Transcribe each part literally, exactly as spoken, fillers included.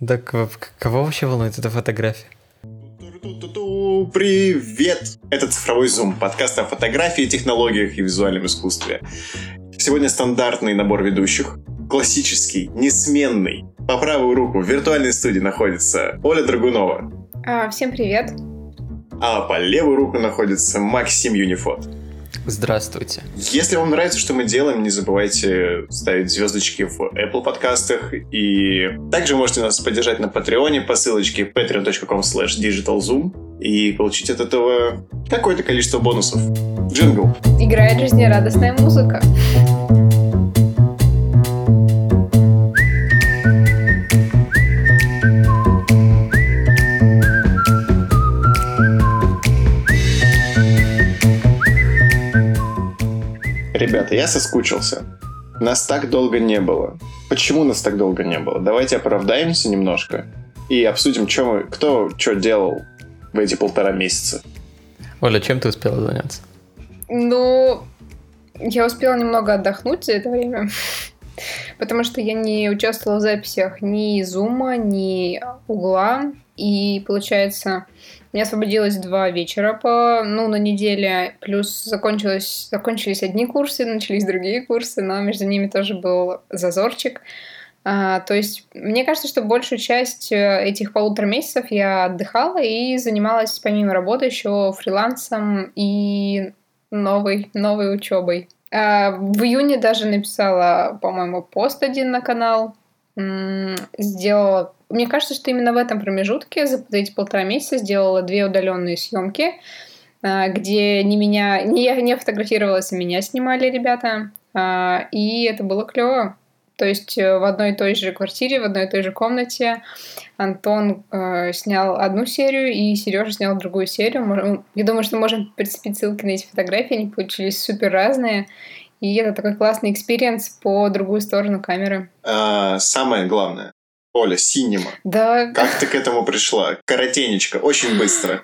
Да к- кого вообще волнует эта фотография? Ту-ту-ту-ту. Привет! Это «Цифровой зум», подкаст о фотографии, технологиях и визуальном искусстве. Сегодня стандартный набор ведущих, классический, несменный. По правую руку в виртуальной студии находится Оля Драгунова. А, всем привет. А по левую руку находится Максим Юнифот. Здравствуйте. Если вам нравится, что мы делаем, не забывайте ставить звездочки в Apple подкастах. И также можете нас поддержать на Патреоне по ссылочке patreon точка com slash digitalzoom и получить от этого какое-то количество бонусов. Джингл. Играет жизнерадостная музыка. Ребята, я соскучился. Нас так долго не было. Почему нас так долго не было? Давайте оправдаемся немножко и обсудим, что мы, кто что делал в эти полтора месяца. Оля, чем ты успела заняться? Ну, я успела немного отдохнуть за это время, потому что я не участвовала в записях ни Зума, ни Угла, и, получается, у меня освободилось два вечера по, ну, на неделе, плюс закончилось, закончились одни курсы, начались другие курсы, но между ними тоже был зазорчик. А, то есть, мне кажется, что большую часть этих полутора месяцев я отдыхала и занималась помимо работы еще фрилансом и новой, новой учебой. А, в июне даже написала, по-моему, пост один на канал, м- сделала. Мне кажется, что именно в этом промежутке за эти полтора месяца сделала две удаленные съемки, где не меня, не я не фотографировалась, а меня снимали ребята, и это было клево. То есть в одной и той же квартире, в одной и той же комнате Антон э, снял одну серию, и Сережа снял другую серию. Я думаю, что можем прицепить ссылки на эти фотографии, они получились супер разные. И это такой классный экспириенс по другую сторону камеры. А, самое главное. Оля, синема. Да. Как ты к этому пришла? Коротенечко, очень быстро.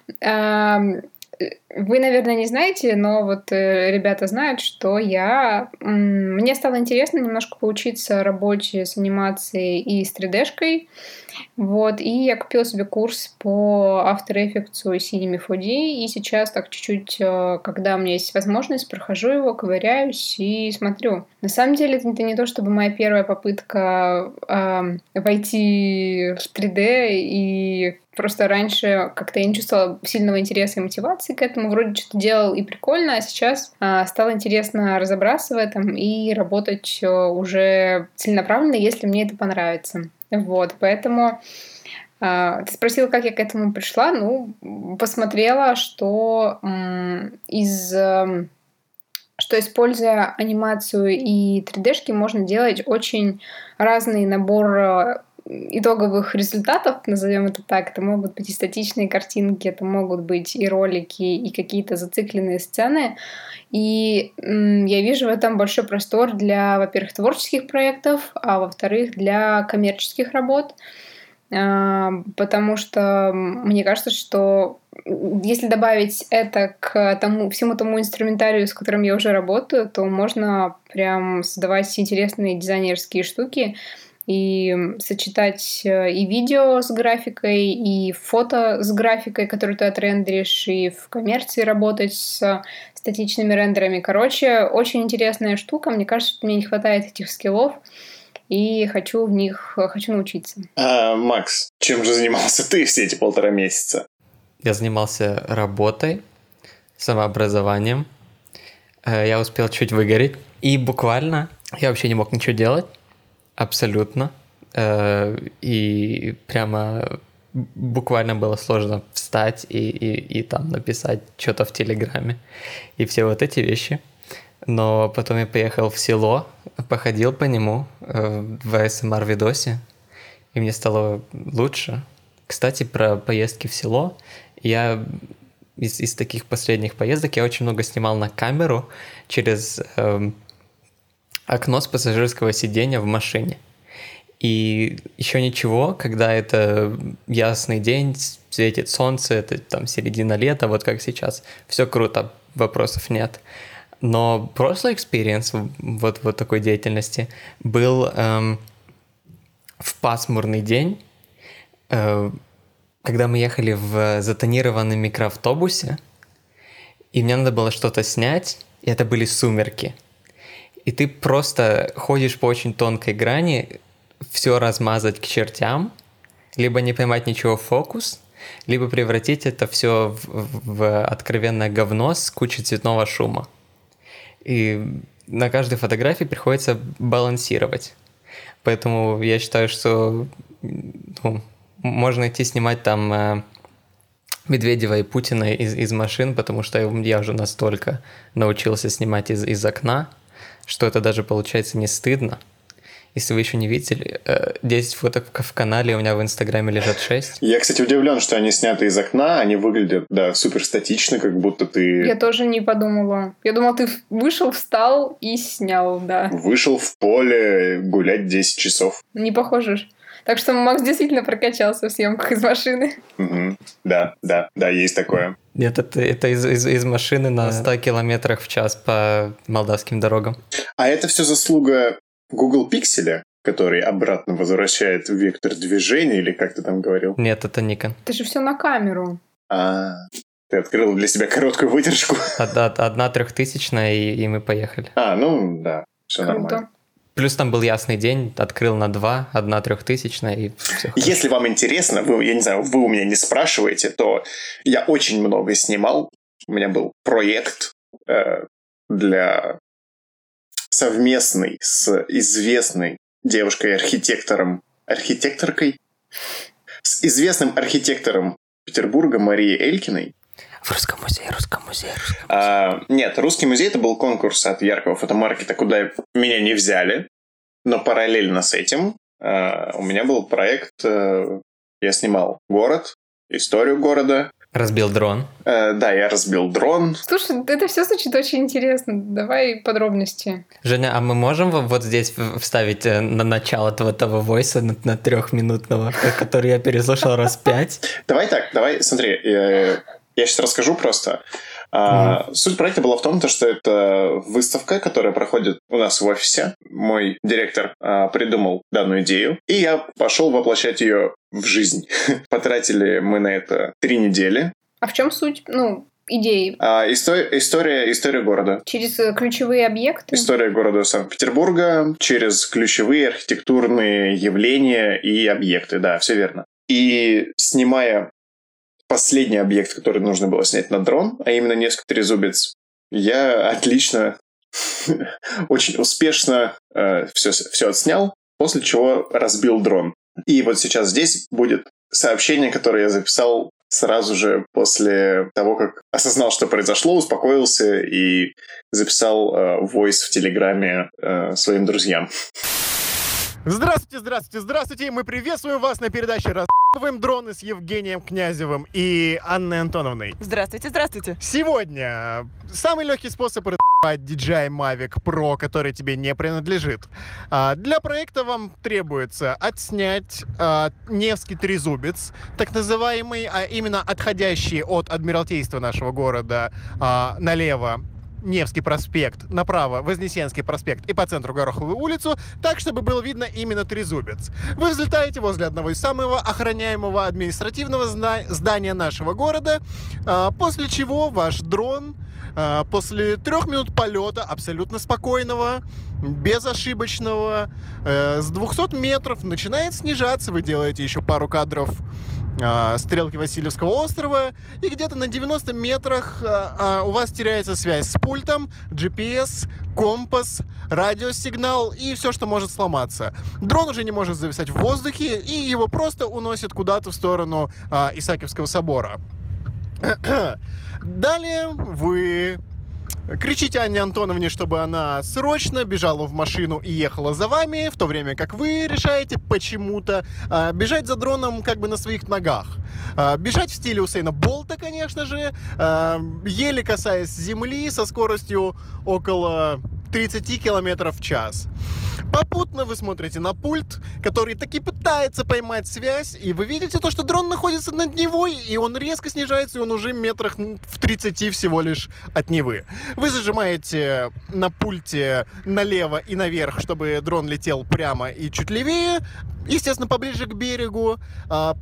Вы, наверное, не знаете, но вот э, ребята знают, что я... М- мне стало интересно немножко поучиться работе с анимацией и с три дэ-шкой. Вот, и я купила себе курс по After Effects и Cinema фор ди, и сейчас так чуть-чуть, э, когда у меня есть возможность, прохожу его, ковыряюсь и смотрю. На самом деле, это не то, чтобы моя первая попытка э, войти в три дэ, и просто раньше как-то я не чувствовала сильного интереса и мотивации к этому. Вроде что-то делал и прикольно, а сейчас а, стало интересно разобраться в этом и работать уже целенаправленно, если мне это понравится. Вот, поэтому а, ты спросила, как я к этому пришла. Ну, посмотрела, что м, из... М, что, используя анимацию и три дэ-шки, можно делать очень разный набор итоговых результатов, назовем это так. Это могут быть и статичные картинки, это могут быть и ролики, и какие-то зацикленные сцены. И м, я вижу в этом большой простор для, во-первых, творческих проектов, а во-вторых, для коммерческих работ. А, потому что мне кажется, что если добавить это к тому, всему тому инструментарию, с которым я уже работаю, то можно прям создавать интересные дизайнерские штуки, и сочетать и видео с графикой, и фото с графикой, которую ты отрендеришь, и в коммерции работать с статичными рендерами. Короче, очень интересная штука. Мне кажется, что мне не хватает этих скиллов, и хочу в них, хочу научиться. А, Макс, чем же занимался ты все эти полтора месяца? Я занимался работой, самообразованием. Я успел чуть выгореть. И буквально я вообще не мог ничего делать. Абсолютно. И прямо буквально было сложно встать и, и, и там написать что-то в Телеграме. И все вот эти вещи. Но потом я поехал в село, походил по нему в эй эс эм ар-видосе, и мне стало лучше. Кстати, про поездки в село. Я из, из таких последних поездок я очень много снимал на камеру через э, окно с пассажирского сиденья в машине. И еще ничего, когда это ясный день, светит солнце, это там середина лета, вот как сейчас, все круто, вопросов нет. Но прошлый экспириенс вот, вот такой деятельности был эм, в пасмурный день, Э, когда мы ехали в затонированном микроавтобусе, и мне надо было что-то снять, и это были сумерки. И ты просто ходишь по очень тонкой грани, все размазать к чертям, либо не поймать ничего в фокус, либо превратить это все в, в откровенное говно с кучей цветного шума. И на каждой фотографии приходится балансировать. Поэтому я считаю, что ну, можно идти снимать там э, Медведева и Путина из, из машин, потому что я уже настолько научился снимать из, из окна, что это даже получается не стыдно. Если вы еще не видели, десять фоток в канале, у меня в Инстаграме лежат шесть. Я, кстати, удивлен, что они сняты из окна, они выглядят, да, супер статично, как будто ты... Я тоже не подумала. Я думала, ты вышел, встал и снял, да. Вышел в поле гулять десять часов. Не похоже. Так что Макс действительно прокачался в съемках из машины. Угу. Да, да, да, есть такое. Нет, это, это из, из, из машины на ста километрах в час по молдавским дорогам. А это все заслуга Google Pixel, который обратно возвращает вектор движения, или как ты там говорил? Нет, это Nikon. Это же все на камеру. А, ты открыл для себя короткую выдержку. Одна, одна трехтысячная, и, и мы поехали. А, ну да, все Круто. нормально. Плюс там был ясный день, открыл на два, одна трехтысячная, и все. Если вам интересно, вы, я не знаю, вы у меня не спрашиваете, то я очень много снимал. У меня был проект э, для совместный с известной девушкой-архитектором, архитекторкой, с известным архитектором Петербурга Марией Элькиной. В Русском музее, Русском музее, Русском музее. А, нет, Русский музей — это был конкурс от яркого фотомаркета, куда меня не взяли, но параллельно с этим а, у меня был проект, а, я снимал город, историю города. Разбил дрон. А, да, я разбил дрон. Слушай, это все звучит очень интересно. Давай подробности. Женя, а мы можем вот здесь вставить на начало этого, того войса на, на трехминутного, который я переслушал раз пять? Давай так, давай, смотри, я, я сейчас расскажу просто. А, mm-hmm. Суть проекта была в том, что это выставка, которая проходит у нас в офисе. Мой директор а, придумал данную идею, и я пошел воплощать ее в жизнь. Потратили мы на это три недели. А в чем суть, ну, идеи? А, история, история, история города. Через ключевые объекты? История города Санкт-Петербурга, через ключевые архитектурные явления и объекты, да, все верно. И снимая последний объект, который нужно было снять на дрон, а именно Невский трезубец, я отлично, очень успешно э, все, все отснял, после чего разбил дрон. И вот сейчас здесь будет сообщение, которое я записал сразу же после того, как осознал, что произошло, успокоился и записал э, войс в Телеграме э, своим друзьям. Здравствуйте, здравствуйте, здравствуйте! Мы приветствуем вас на передаче «Распаковываем дроны» с Евгением Князевым и Анной Антоновной. Здравствуйте, здравствуйте! Сегодня самый легкий способ распаковать ди джей ай Mavic Pro, который тебе не принадлежит. Для проекта вам требуется отснять Невский трезубец, так называемый, а именно отходящий от Адмиралтейства нашего города налево Невский проспект, направо Вознесенский проспект и по центру Гороховую улицу, так, чтобы было видно именно трезубец. Вы взлетаете возле одного из самого охраняемого административного зна- здания нашего города, а, после чего ваш дрон а, после трех минут полета, абсолютно спокойного, безошибочного, э, с двухсот метров начинает снижаться. Вы делаете еще пару кадров стрелки Васильевского острова, и где-то на девяноста метрах а, а, у вас теряется связь с пультом, джи пи эс, компас, радиосигнал и все, что может сломаться. Дрон уже не может зависать в воздухе, и его просто уносит куда-то в сторону а, Исаакиевского собора. Далее вы кричите Анне Антоновне, чтобы она срочно бежала в машину и ехала за вами, в то время как вы решаете почему-то а, бежать за дроном как бы на своих ногах. А, бежать в стиле Усейна Болта, конечно же, а, еле касаясь земли со скоростью около тридцати километров в час. Попутно вы смотрите на пульт, который таки пытается поймать связь, и вы видите то, что дрон находится над Невой, и он резко снижается, и он уже метрах в тридцати всего лишь от Невы. Вы зажимаете на пульте налево и наверх, чтобы дрон летел прямо и чуть левее, естественно, поближе к берегу.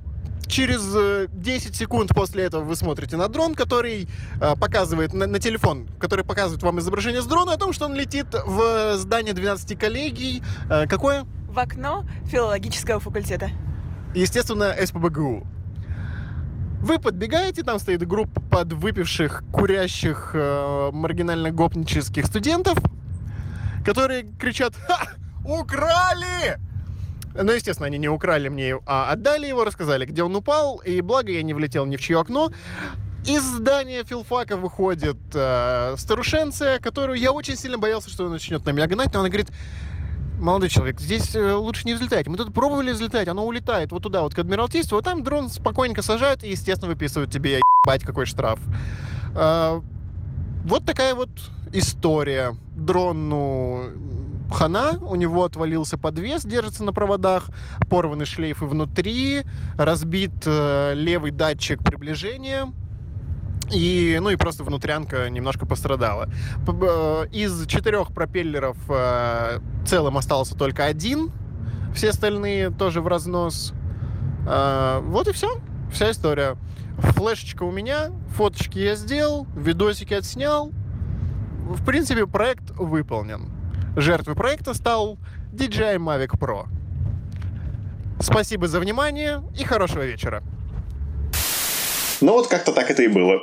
через десять секунд после этого вы смотрите на дрон, который э, показывает, на, на телефон, который показывает вам изображение с дрона о том, что он летит в здание двенадцати коллегий. Э, какое? В окно филологического факультета. Естественно, эс пэ бэ гэ у. Вы подбегаете, там стоит группа подвыпивших, курящих, э, маргинально-гопнических студентов, которые кричат: «Ха! Украли!» Ну, естественно, они не украли мне, а отдали его, рассказали, где он упал, и благо я не влетел ни в чье окно. Из здания филфака выходит э, старушенция, которую я очень сильно боялся, что он начнет на меня гнать, но она говорит: молодой человек, здесь э, лучше не взлетать. Мы тут пробовали взлетать, оно улетает вот туда, вот к Адмиралтейству, вот там дрон спокойненько сажают и, естественно, выписывают тебе, ебать, какой штраф. Э, вот такая вот история. Дрон, ну... хана, у него отвалился подвес, держится на проводах, порваны шлейфы внутри, разбит э, левый датчик приближения, и, ну и просто внутрянка немножко пострадала. Из четырех пропеллеров э, целым остался только один, все остальные тоже в разнос. Э, вот и все, вся история. Флешечка у меня, фоточки я сделал, видосики отснял. В принципе, проект выполнен. Жертвой проекта стал ди джей ай Mavic Pro. Спасибо за внимание и хорошего вечера. Ну вот как-то так это и было.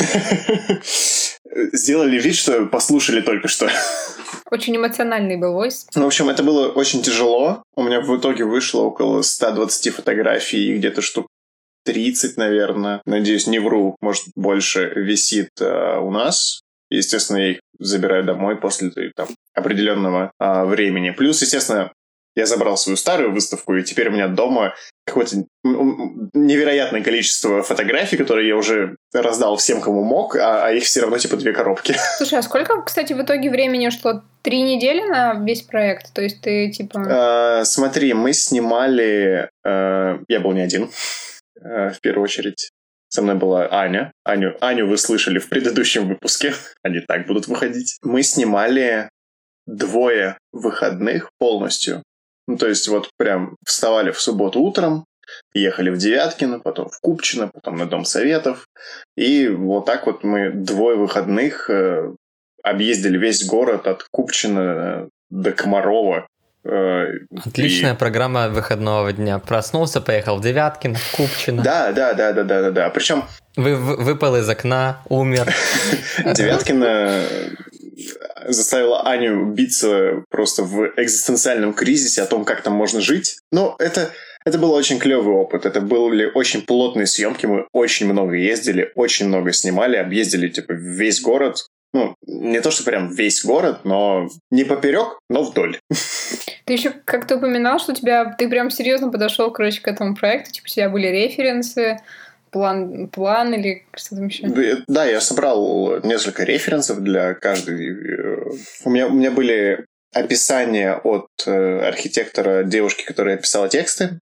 Сделали вид, что послушали только что. Очень эмоциональный был войс. Ну, в общем, это было очень тяжело. У меня в итоге вышло около ста двадцати фотографий, и где-то штук тридцать, наверное. Надеюсь, не вру, может, больше висит а, у нас. Естественно, я их забираю домой после там, определенного а, времени. Плюс, естественно, я забрал свою старую выставку, и теперь у меня дома какое-то невероятное количество фотографий, которые я уже раздал всем, кому мог, а, а их все равно типа две коробки. Слушай, а сколько, кстати, в итоге времени ушло? Три недели на весь проект? То есть ты типа... А, смотри, мы снимали... А, я был не один, а, в первую очередь. Со мной была Аня. Аню, Аню вы слышали в предыдущем выпуске. Они так будут выходить. Мы снимали двое выходных полностью. Ну, то есть вот прям вставали в субботу утром, ехали в Девяткино, потом в Купчино, потом на Дом Советов. И вот так вот мы двое выходных э, объездили весь город от Купчино до Комарова. Отличная и... программа выходного дня. Проснулся, поехал в Девяткино, в Купчино. Да, да, да, да, да, да, да. Причем Вы выпал из окна, умер. Девяткино заставила Аню биться просто в экзистенциальном кризисе о том, как там можно жить. Но это, это был очень клевый опыт. Это были очень плотные съемки. Мы очень много ездили, очень много снимали, объездили типа весь город. Ну, не то, что прям весь город, но не поперек, но вдоль. Ты еще как-то упоминал, что у тебя ты прям серьезно подошел, короче, к этому проекту. Типа у тебя были референсы, план, план или что там еще? Да, я собрал несколько референсов для каждой. У меня, у меня были описания от архитектора девушки, которая писала тексты,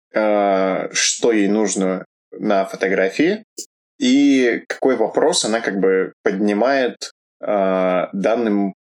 что ей нужно на фотографии, и какой вопрос она как бы поднимает э, данным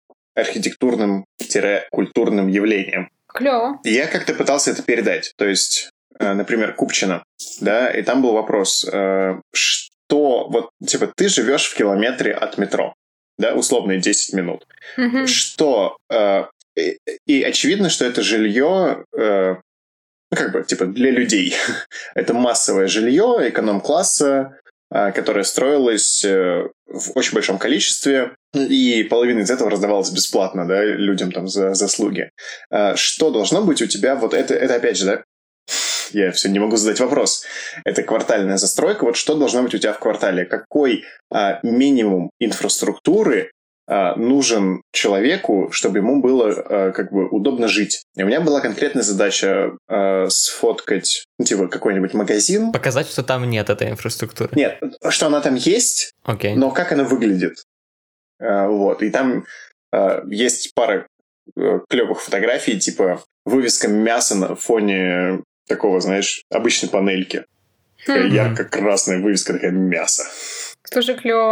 архитектурным-культурным явлением. Клево. И я как-то пытался это передать. То есть, э, например, Купчино, да, и там был вопрос, э, что, вот, типа, ты живешь в километре от метро, да, условные десять минут. Угу. Что, э, и, и очевидно, что это жилье... Э, ну, как бы, типа, для людей. Это массовое жилье эконом-класса, которая строилась в очень большом количестве, и половина из этого раздавалась бесплатно, да, людям там за заслуги. Что должно быть у тебя, вот это, это опять же, да, я все не могу задать вопрос. Это квартальная застройка, вот что должно быть у тебя в квартале? Какой а, минимум инфраструктуры а, нужен человеку, чтобы ему было а, как бы удобно жить? И у меня была конкретная задача а, сфоткать, ну, типа, какой-нибудь магазин. Показать, что там нет этой инфраструктуры. Нет, что она там есть, okay. но как она выглядит. А, вот, и там а, есть пара а, клевых фотографий, типа вывеска мяса на фоне такого, знаешь, обычной панельки. Такая Хм. ярко-красная вывеска, такая мясо. Тоже клево.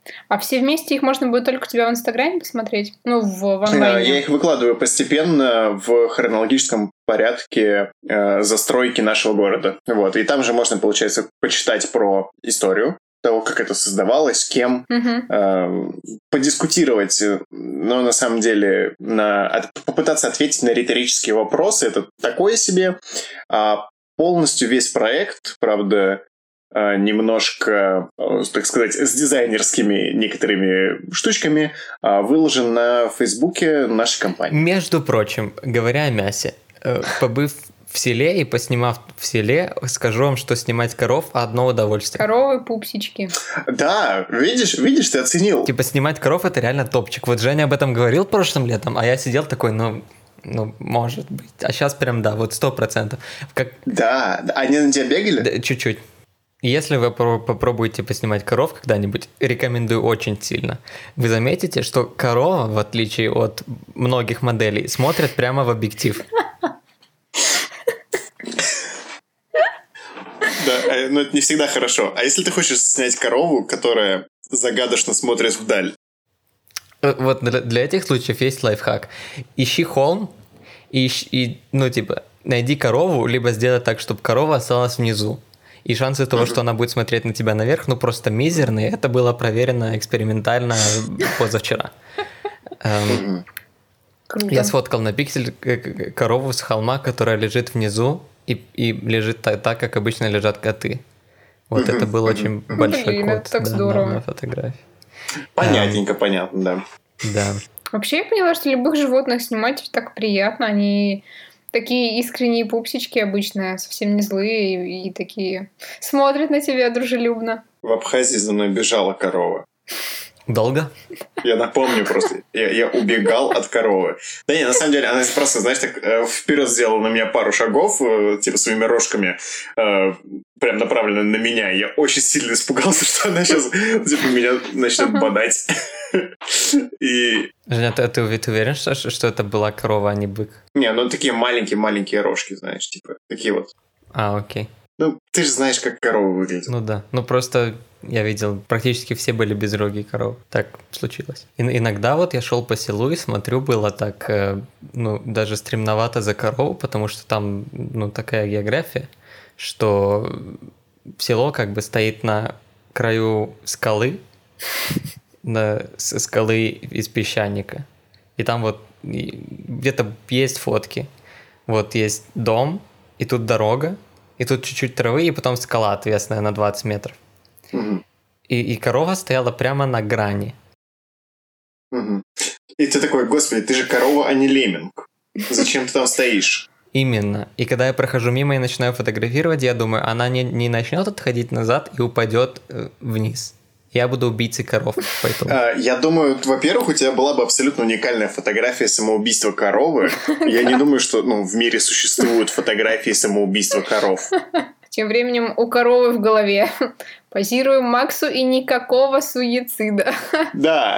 А все вместе их можно будет только у тебя в Инстаграме посмотреть? Ну, в, в онлайне? Я их выкладываю постепенно в хронологическом порядке э, застройки нашего города. Вот. И там же можно, получается, почитать про историю того, как это создавалось, кем, Угу. э, подискутировать, но на самом деле на, от, попытаться ответить на риторические вопросы. Это такое себе. А полностью весь проект, правда, немножко, так сказать, с дизайнерскими некоторыми штучками, выложен на Фейсбуке нашей компании. Между прочим, говоря о мясе, побыв в селе и поснимав в селе, скажу вам, что снимать коров одно удовольствие. Коровы, пупсички. Да, видишь, видишь, ты оценил. Типа снимать коров — это реально топчик. Вот Женя об этом говорил прошлым летом, а я сидел такой, ну... Ну, может быть. А сейчас прям, да, вот сто процентов. Как... Да, они на тебя бегали? Да, чуть-чуть. Если вы попробуете поснимать коров когда-нибудь, рекомендую очень сильно. Вы заметите, что корова, в отличие от многих моделей, смотрит прямо в объектив. Да, но это не всегда хорошо. А если ты хочешь снять корову, которая загадочно смотрит вдаль? Вот для, для этих случаев есть лайфхак. Ищи холм и, и, ну, типа, найди корову, либо сделай так, чтобы корова осталась внизу. И шансы того, что она будет смотреть на тебя наверх, ну, просто мизерные. Это было проверено экспериментально позавчера. Круто. Я сфоткал на пиксель корову с холма, которая лежит внизу и, и лежит так, так, как обычно лежат коты. Вот это был очень большой Блин, кот это так да, здорово. на, на фотографии. Понятненько, понятно, да. Да. Вообще я поняла, что любых животных снимать так приятно. Они такие искренние пупсички обычно, совсем не злые и, и такие смотрят на тебя дружелюбно. В Абхазии за мной бежала корова. Долго? Я напомню просто, я, я убегал от коровы. Да не, на самом деле, она просто, знаешь, так э, вперед сделала на меня пару шагов, э, типа своими рожками, э, прям направленно на меня. Я очень сильно испугался, что она сейчас типа меня начнет бодать. И... Женя, ты, ты, ты уверен, что, что это была корова, а не бык? Не, ну такие маленькие-маленькие рожки, знаешь, типа, такие вот. А, окей. Ну, ты же знаешь, как корова выглядит. Ну да, ну просто я видел, практически все были безрогие коровы. Так случилось. И, иногда вот я шел по селу и смотрю, было так, э, ну, даже стремновато за корову, потому что там, ну, такая география, что село как бы стоит на краю скалы, на скалы из песчаника. И там вот где-то есть фотки. Вот есть дом, и тут дорога, и тут чуть-чуть травы, и потом скала отвесная на двадцать метров. Угу. И, и корова стояла прямо на грани. Угу. И ты такой, господи, ты же корова, а не лемминг. Зачем ты там стоишь? Именно. И когда я прохожу мимо и начинаю фотографировать, я думаю, она не, не начнет отходить назад и упадет э, вниз. Я буду убийцей коров. Поэтому. А, я думаю, во-первых, у тебя была бы абсолютно уникальная фотография самоубийства коровы. Я не думаю, что ну, в мире существуют фотографии самоубийства коров. Тем временем у коровы в голове. Позируем Максу и никакого суицида. Да.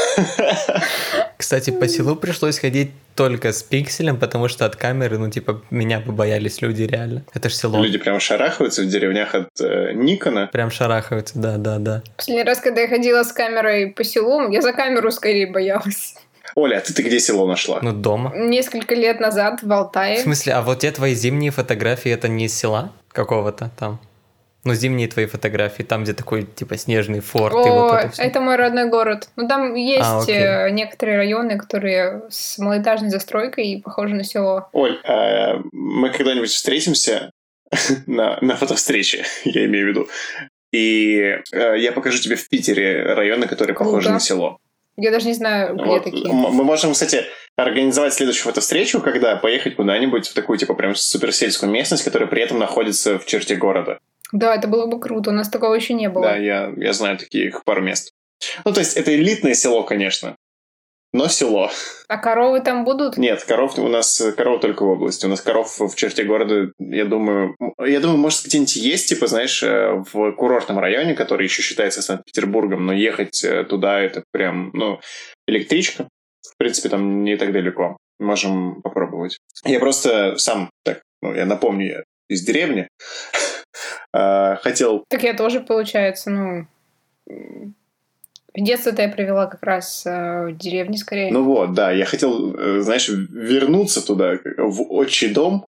Кстати, по селу пришлось ходить только с пикселем, потому что от камеры, ну, типа, меня побоялись люди реально. Это ж село. Люди прям шарахаются в деревнях от э, Никона. Прям шарахаются, да-да-да. Последний раз, когда я ходила с камерой по селу, я за камеру скорее боялась. Оля, а ты-то где село нашла? Ну, дома. Несколько лет назад в Алтае. В смысле, а вот те твои зимние фотографии, это не из села какого-то там? Ну, зимние твои фотографии, там, где такой, типа, снежный форт. О, и вот это всё. это мой родной город. Ну, там есть А, окей. э, некоторые районы, которые с малоэтажной застройкой и похожи на село. Оль, а мы когда-нибудь встретимся на, на фотовстрече, я имею в виду, и э, я покажу тебе в Питере районы, которые Круто. похожи на село. Я даже не знаю, где Вот. такие. М- Мы можем, кстати, организовать следующую фотовстречу, когда поехать куда-нибудь в такую, типа, прям суперсельскую местность, которая при этом находится в черте города. Да, это было бы круто. У нас такого еще не было. Да, я, я знаю таких пару мест. Ну, то есть, это элитное село, конечно, но село. А коровы там будут? Нет, коров у нас коров только в области. У нас коров в черте города, я думаю, я думаю, может, где-нибудь есть, типа, знаешь, в курортном районе, который еще считается Санкт-Петербургом, но ехать туда это прям, ну, электричка. В принципе, там не так далеко. Можем попробовать. Я просто сам, так, ну, я напомню, я из деревни. Хотел... Так я тоже, получается, ну... Детство-то я провела как раз э, в деревне скорее. Ну вот, да, я хотел, э, знаешь, вернуться туда, в отчий дом,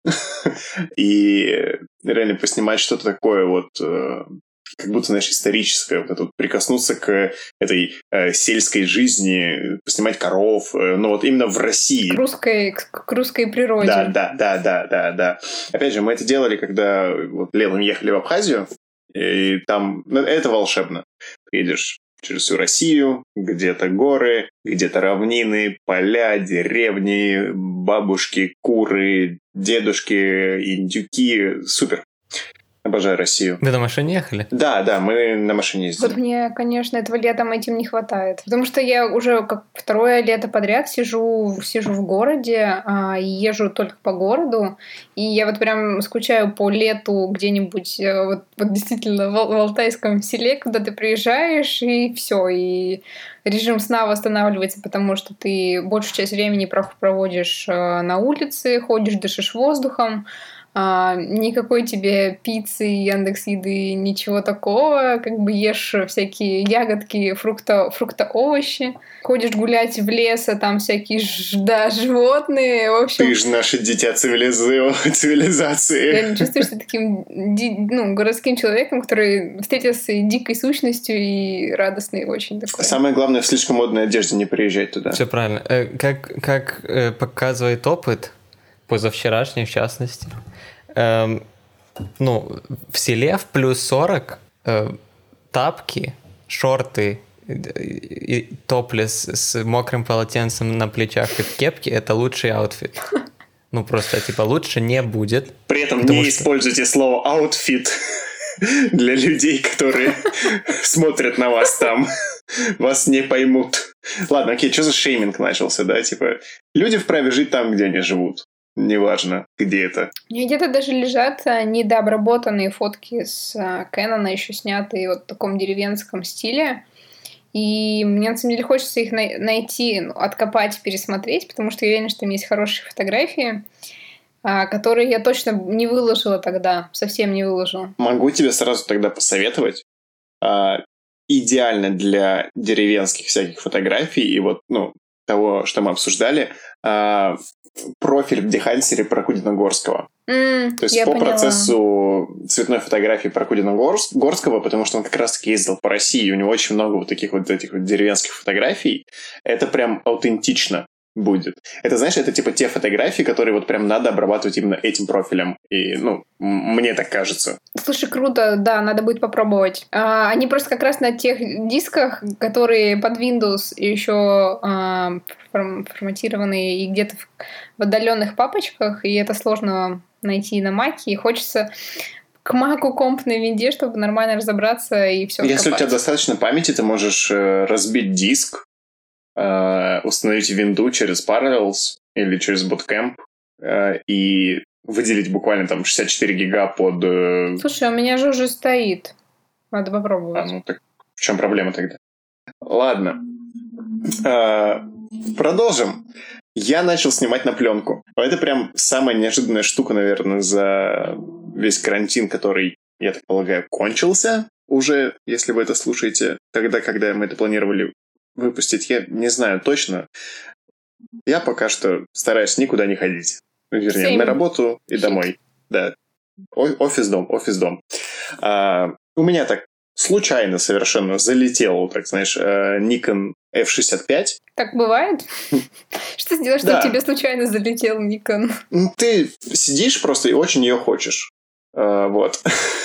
и реально поснимать что-то такое вот, э, как будто, знаешь, историческое, вот это вот, прикоснуться к этой э, сельской жизни, поснимать коров, э, ну вот именно в России. К русской, к, к русской природе. Да, да, да, да, да, да. Опять же, мы это делали, когда вот летом ехали в Абхазию, и там, ну, это волшебно. Ты едешь через всю Россию, где-то горы, где-то равнины, поля, деревни, бабушки, куры, дедушки, индюки. Супер. Обожаю Россию. Вы на машине ехали? Да, да, мы на машине ездили. Вот мне, конечно, этого летом этим не хватает. Потому что я уже как второе лето подряд сижу, сижу в городе а, и езжу только по городу. И я вот прям скучаю по лету где-нибудь вот, вот действительно в, в Алтайском селе, куда ты приезжаешь, и все. И режим сна восстанавливается, потому что ты большую часть времени проводишь на улице, ходишь, дышишь воздухом. А, никакой тебе пиццы, Яндекс.Еды, ничего такого. Как бы ешь всякие ягодки, фрукто, фрукто-овощи. Ходишь гулять в лес, а там всякие да, животные. В общем, ты же наше дитя цивилиза... цивилизации. Я не чувствую, что таким ну, городским человеком, который встретился с дикой сущностью и радостный очень такой. Самое главное, в слишком модной одежде не приезжать туда. Все правильно. Как, как показывает опыт, позавчерашний в частности, эм, ну, в селе в плюс сорок э, тапки, шорты и топлес с мокрым полотенцем на плечах и в кепке — это лучший аутфит. Ну, просто, типа, лучше не будет. При этом не что... используйте слово «аутфит» для людей, которые смотрят на вас там. Вас не поймут. Ладно, окей, что за шейминг начался, да? Типа, люди вправе жить там, где они живут. Неважно, где это. У меня где-то даже лежат недообработанные фотки с Кэнона, еще снятые вот в таком деревенском стиле. И мне, на самом деле, хочется их найти, откопать, пересмотреть, потому что я уверена, что там есть хорошие фотографии, которые я точно не выложила тогда, совсем не выложила. Могу тебе сразу тогда посоветовать. Идеально для деревенских всяких фотографий и вот, ну, того, что мы обсуждали, профиль в Дехансере Прокудина-Горского. Mm, То есть по поняла. процессу цветной фотографии Прокудина-Горского, потому что он как раз-таки ездил по России, и у него очень много вот таких вот этих вот деревенских фотографий. Это прям аутентично будет. Это, знаешь, это типа те фотографии, которые вот прям надо обрабатывать именно этим профилем. И, ну, мне так кажется. Слушай, круто, да, надо будет попробовать. А, они просто как раз на тех дисках, которые под Windows еще а, форм- форматированные и где-то в, в отдаленных папочках, и это сложно найти на Маке, и хочется к Маку комп на винде, чтобы нормально разобраться и все. Если у тебя достаточно памяти, ты можешь э, разбить диск, Uh, установить винду через Parallels или через Bootcamp uh, и выделить буквально там шестьдесят четыре гига под... Uh... Слушай, у меня же уже стоит. Надо попробовать. А, ну так в чем проблема тогда? Ладно. Uh, продолжим. Я начал снимать на пленку. Это прям самая неожиданная штука, наверное, за весь карантин, который, я так полагаю, кончился уже, если вы это слушаете, тогда, когда мы это планировали выпустить, я не знаю точно. Я пока что стараюсь никуда не ходить. Вернее, Same. На работу и Shit. Домой. Да. О- офис-дом, офис-дом. А, у меня так случайно совершенно залетел, так знаешь, Nikon эф шестьдесят пять. Так бывает? Что сделать, чтобы тебе случайно залетел Nikon? Ты сидишь просто и очень ее хочешь. Вот.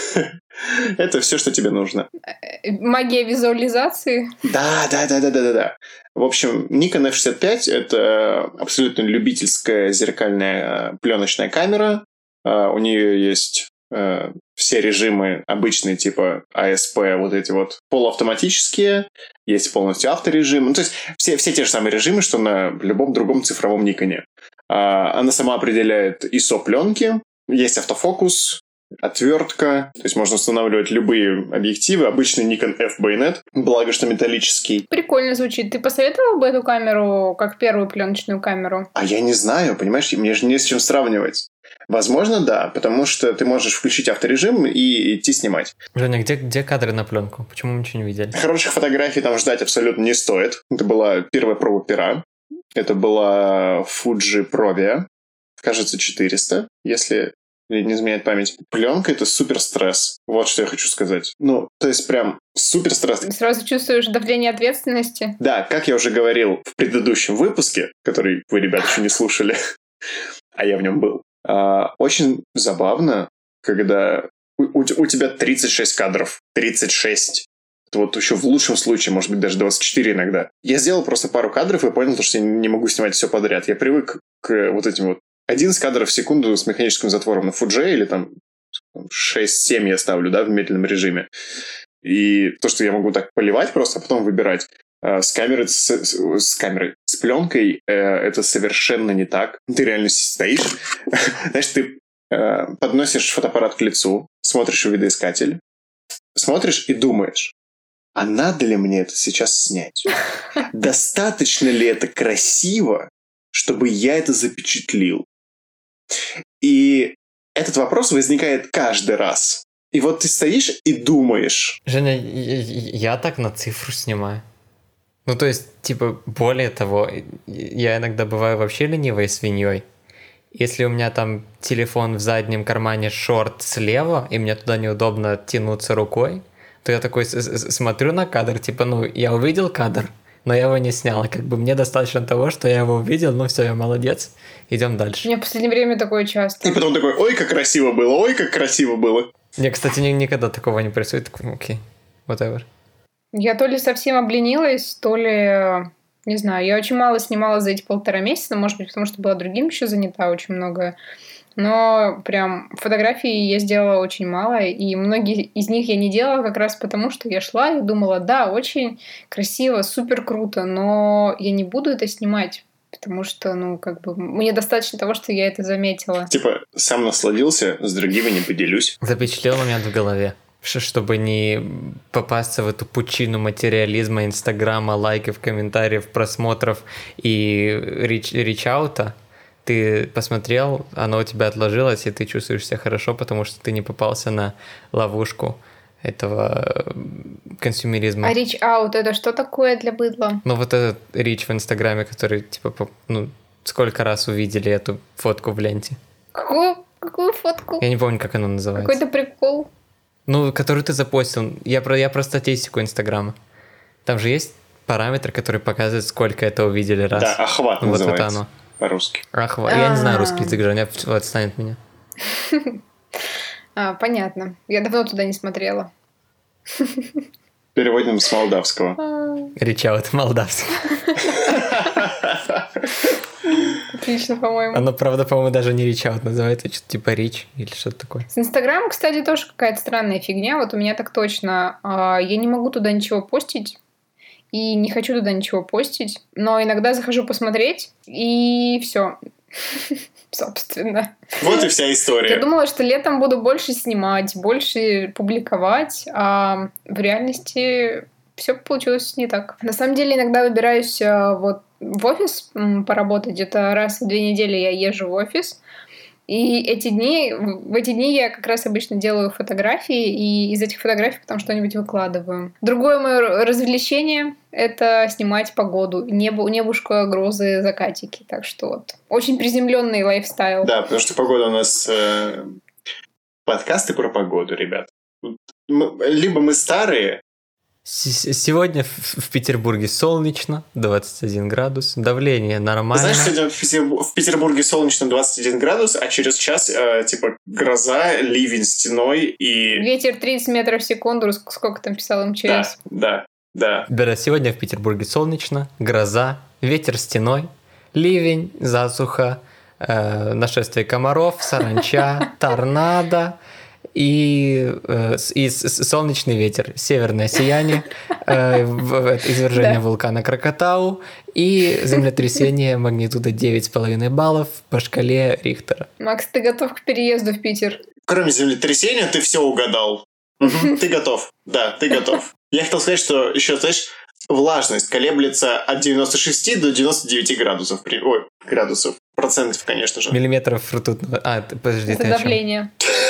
Это все, что тебе нужно. Магия визуализации? Да, да, да, да, да, да, да. В общем, Nikon эф шестьдесят пять — это абсолютно любительская зеркальная пленочная камера. У нее есть все режимы обычные, типа эй эс пи, вот эти вот полуавтоматические, есть полностью авторежим. Ну, то есть все, все те же самые режимы, что на любом другом цифровом Никоне. Она сама определяет ай эс о-пленки, есть автофокус, отвертка, то есть можно устанавливать любые объективы. Обычный Nikon F-Bayonet, благо что металлический. Прикольно звучит. Ты посоветовал бы эту камеру как первую пленочную камеру? А я не знаю, понимаешь, мне же не с чем сравнивать. Возможно, да, потому что ты можешь включить авторежим и идти снимать. Женя, где, где кадры на пленку? Почему мы ничего не видели? Хороших фотографий там ждать абсолютно не стоит. Это была первая проба пера. Это была Fuji Provia. Кажется, четыреста, если не изменяет память. Пленка — это супер стресс. Вот что я хочу сказать. Ну, то есть прям супер стресс. Сразу чувствуешь давление ответственности. Да, как я уже говорил в предыдущем выпуске, который вы, ребята, еще не слушали, а я в нем был, очень забавно, когда у, у тебя тридцать шесть кадров. тридцать шесть. Это вот еще в лучшем случае, может быть, даже двадцать четыре иногда. Я сделал просто пару кадров и понял, что я не могу снимать все подряд. Я привык к вот этим вот одиннадцать кадров в секунду с механическим затвором на Fuji, или там шесть-семь я ставлю, да, в медленном режиме. И то, что я могу так поливать просто, а потом выбирать. С камерой, с, с камерой, с пленкой э, это совершенно не так. Ты реально стоишь, знаешь, ты э, подносишь фотоаппарат к лицу, смотришь в видоискатель, смотришь и думаешь, а надо ли мне это сейчас снять? Достаточно ли это красиво, чтобы я это запечатлил? И этот вопрос возникает каждый раз. И вот ты стоишь и думаешь. Женя, я, я так на цифру снимаю. Ну, то есть, типа, более того, я иногда бываю вообще ленивой свиньей. Если у меня там телефон в заднем кармане, шорт слева, и мне туда неудобно тянуться рукой, то я такой смотрю на кадр, типа, ну, я увидел кадр, но я его не снял. Как бы мне достаточно того, что я его увидел, ну все, я молодец, идем дальше. У меня в последнее время такое часто. И потом такой, ой, как красиво было, ой, как красиво было. Мне, кстати, никогда такого не происходит. Такой, окей, whatever. Я то ли совсем обленилась, то ли, не знаю, я очень мало снимала за эти полтора месяца, может быть, потому что была другим еще занята очень много. Но прям фотографий я сделала очень мало, и многие из них я не делала как раз потому, что я шла и думала, да, очень красиво, супер круто, но я не буду это снимать, потому что, ну, как бы, мне достаточно того, что я это заметила. Типа, сам насладился, с другими не поделюсь. Запечатлел момент в голове. Чтобы не попасться в эту пучину материализма, инстаграма, лайков, комментариев, просмотров и рич- рич-аута, ты посмотрел, оно у тебя отложилось, и ты чувствуешь себя хорошо, потому что ты не попался на ловушку этого консюмеризма. А рич-аут — это что такое для быдла? Ну, вот этот рич в инстаграме, который, типа, ну, сколько раз увидели эту фотку в ленте. Какую, какую фотку? Я не помню, как она называется. Какой-то прикол. Ну, который ты запостил. Я про, я про статистику Инстаграма. Там же есть параметр, который показывает, сколько это увидели раз. Да, охват вот называется. Это оно. По-русски. Охват. Я не знаю русский язык, Женя, отстанет меня. А, понятно. Я давно туда не смотрела. Переводим с молдавского. Рич-аут молдавский. Отлично, по-моему. Оно, правда, по-моему, даже не рич-аут называется, что-то типа рич или что-то такое. С Инстаграмом, кстати, тоже какая-то странная фигня. Вот у меня так точно. Я не могу туда ничего постить. И не хочу туда ничего постить. Но иногда захожу посмотреть. И все. Собственно. Вот и вся история. Я думала, что летом буду больше снимать, больше публиковать. А в реальности все получилось не так. На самом деле, иногда выбираюсь вот в офис поработать. Где-то раз в две недели я езжу в офис. И эти дни, в эти дни я как раз обычно делаю фотографии, и из этих фотографий потом что-нибудь выкладываю. Другое мое развлечение — это снимать погоду. Небо, небушка, грозы, закатики. Так что вот. Очень приземленный лайфстайл. Да, потому что погода у нас... Э, подкасты про погоду, ребят. Мы, либо мы старые... Сегодня в Петербурге солнечно, двадцать один градус, давление нормально. Знаешь, сегодня в Петербурге солнечно двадцать один градус, а через час, э, типа, гроза, ливень стеной и... Ветер тридцать метров в секунду, сколько там писал эм че эс. Да, да, да. Да, сегодня в Петербурге солнечно, гроза, ветер стеной, ливень, засуха, э, нашествие комаров, саранча, торнадо. И, э, и солнечный ветер, северное сияние, э, извержение вулкана Кракатау и землетрясение магнитуда девять с половиной баллов по шкале Рихтера. Макс, ты готов к переезду в Питер? Кроме землетрясения, ты все угадал. Ты готов. Да, ты готов. Я хотел сказать, что еще, знаешь, влажность колеблется от девяноста шести до девяноста девяти градусов. Ой, градусов. процентов, конечно же. Миллиметров ртутного. А, ты, подожди, Это ты о чём? давление.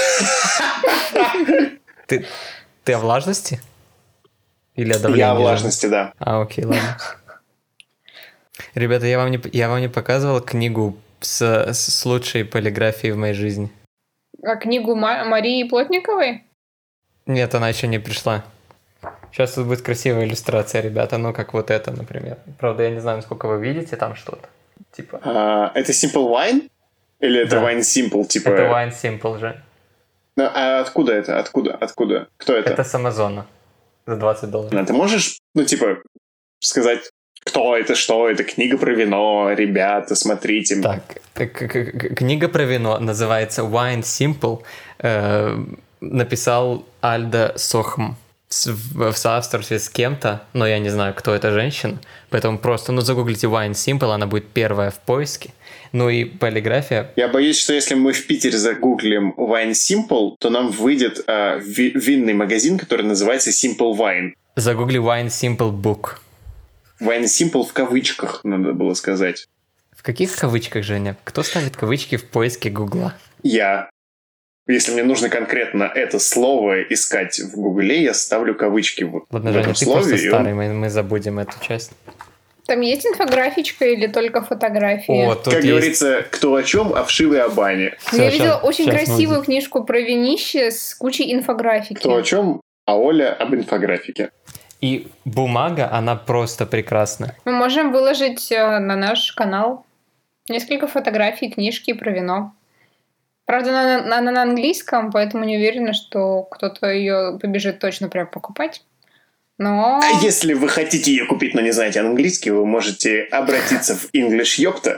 Ты, ты о влажности? Или о давлении? Я о же? влажности, да. А, окей, ладно. Ребята, я вам не, я вам не показывал книгу с, с лучшей полиграфией в моей жизни? А книгу Ма- Марии Плотниковой? Нет, она еще не пришла. Сейчас тут будет красивая иллюстрация, ребята. Ну, как вот это, например. Правда, я не знаю, насколько вы видите там что-то. Типа... А, это Simple Wine? Или это Да. Wine Simple? Типа... Это Wine Simple же. Ну, а откуда это? Откуда? Откуда? Кто это? Это с Амазона. За двадцать долларов. А ты можешь, ну, типа, сказать, кто это, что это, книга про вино, ребята, смотрите. Так, к- к- к- книга про вино называется Wine Simple. Э, написал Альда Сохм с- в, в соавторстве с кем-то, но я не знаю, кто эта женщина, поэтому просто, ну, загуглите Wine Simple, она будет первая в поиске. Ну и полиграфия. Я боюсь, что если мы в Питере загуглим Wine Simple, то нам выйдет а, ви- винный магазин, который называется Simple Wine. Загугли Wine Simple Book. Wine Simple в кавычках, надо было сказать. В каких кавычках, Женя? Кто ставит кавычки в поиске Гугла? Я. Если мне нужно конкретно это слово искать в Гугле, я ставлю кавычки вот Ладно, в Женя, этом ты слове. просто и он- старый, мы, мы забудем эту часть. Там есть инфографичка или только фотографии? О, тут Как есть... говорится, кто о чем, а вшивый о бане. Всё, Я щас- видела очень щас красивую будет. книжку про винище с кучей инфографики. Кто о чем, а Оля об инфографике. И бумага, она просто прекрасна. Мы можем выложить э, на наш канал несколько фотографий, книжки про вино. Правда, она, она- она на английском, поэтому не уверена, что кто-то ее побежит точно прям покупать. Но... А если вы хотите ее купить, но не знаете английский, вы можете обратиться в English Ёпта,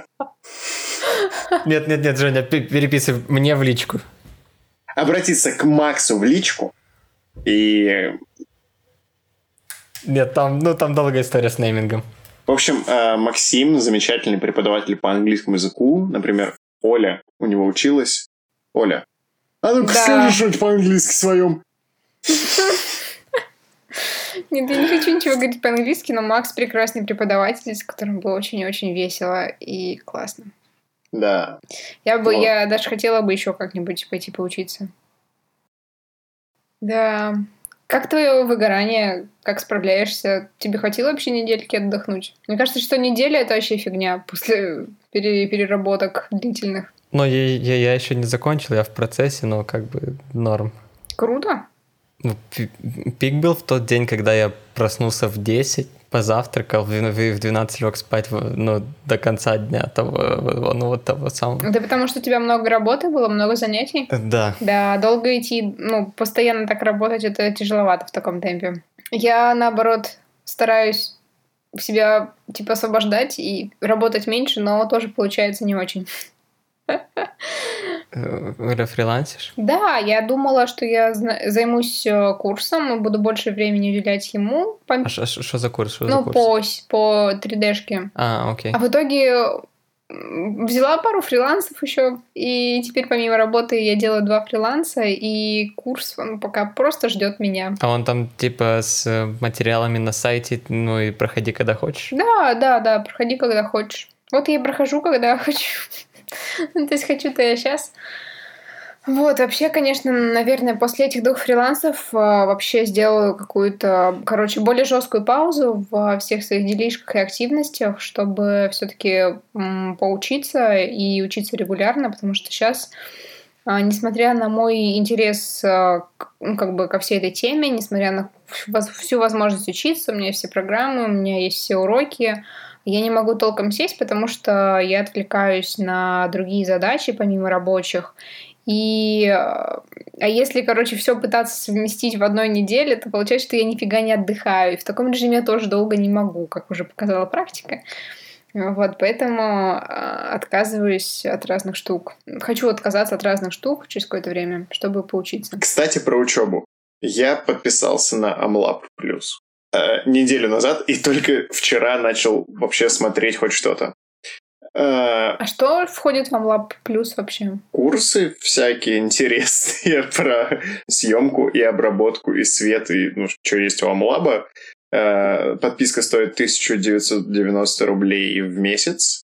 Нет, нет, нет, Женя, пе- переписывай мне в личку. обратиться к Максу в личку, и, Нет, там, ну, там долгая история с неймингом. в общем, э, Максим, замечательный преподаватель по английскому языку, например, Оля у него училась. Оля, а ну-ка Да. скажи что-нибудь по-английски своем. Нет, я не хочу ничего говорить по-английски, но Макс прекрасный преподаватель, с которым было очень и очень весело и классно. Да. Я бы, Вот. я даже хотела бы еще как-нибудь пойти поучиться. Да. Как твое выгорание? Как справляешься? Тебе хватило вообще недельки отдохнуть? Мне кажется, что неделя — это вообще фигня после пере- переработок длительных. Но я, я, я еще не закончил, я в процессе, но как бы норм. Круто. Ну, пи- пик был в тот день, когда я проснулся в десять, позавтракал, в в двенадцать лег спать, в- ну, до конца дня того, ну, вот того самого. Это потому, что у тебя много работы было, много занятий? Да. Да, долго идти, ну, постоянно так работать, это тяжеловато в таком темпе. Я, наоборот, стараюсь себя, типа, освобождать и работать меньше, но тоже получается не очень. Э, Оля, фрилансишь? Да, я думала, что я зна- займусь э, курсом и буду больше времени уделять ему, по- А что за курс? Что за ну, курс? по, с- по три дэ-шке. А, окей. А в итоге м, взяла пару фрилансов еще, и теперь помимо работы я делаю два фриланса, и курс он пока просто ждет меня. А он там типа с э, материалами на сайте, ну и проходи, когда хочешь. Да, да, да, проходи, когда хочешь. Вот я и прохожу, когда хочу. Ну, то есть хочу-то я сейчас. Вот, вообще, конечно, наверное, после этих двух фрилансов а, вообще сделаю какую-то, короче, более жесткую паузу во всех своих делишках и активностях, чтобы все-таки поучиться и учиться регулярно, потому что сейчас, несмотря на мой интерес а, к- ну, как бы ко всей этой теме, несмотря на воз- всю возможность учиться, у меня есть все программы, у меня есть все уроки, я не могу толком сесть, потому что я отвлекаюсь на другие задачи, помимо рабочих. И э, а если, короче, все пытаться совместить в одной неделе, то получается, что я нифига не отдыхаю. И в таком режиме я тоже долго не могу, как уже показала практика. Вот, поэтому э, отказываюсь от разных штук. Хочу отказаться от разных штук через какое-то время, чтобы поучиться. Кстати, про учебу. Я подписался на Amlab Plus э, неделю назад и только вчера начал вообще смотреть хоть что-то. Э, А что входит в Amlab Plus вообще? курсы всякие интересные про съемку и обработку, и свет, и ну, что есть у Amlab. Э, подписка стоит тысяча девятьсот девяносто рублей в месяц.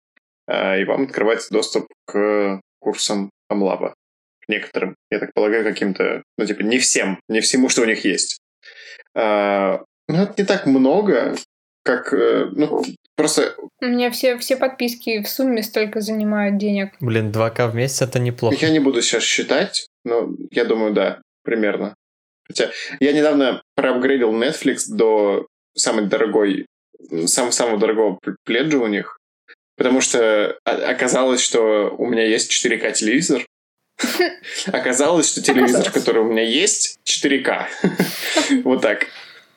и вам открывается доступ к курсам Амлаба. Некоторым, я так полагаю, каким-то, ну, типа, не всем, не всему, что у них есть. А, ну, это не так много, как, ну, просто... У меня все, все подписки в сумме столько занимают денег. Блин, два ка в месяц это неплохо. Я не буду сейчас считать, но я думаю, да, примерно. Хотя я недавно проапгрейдил Netflix до самой дорогой, сам, самого дорогого пледжа у них, потому что оказалось, что у меня есть четыре ка телевизор. Оказалось, что телевизор, который у меня есть, четыре ка. Вот так.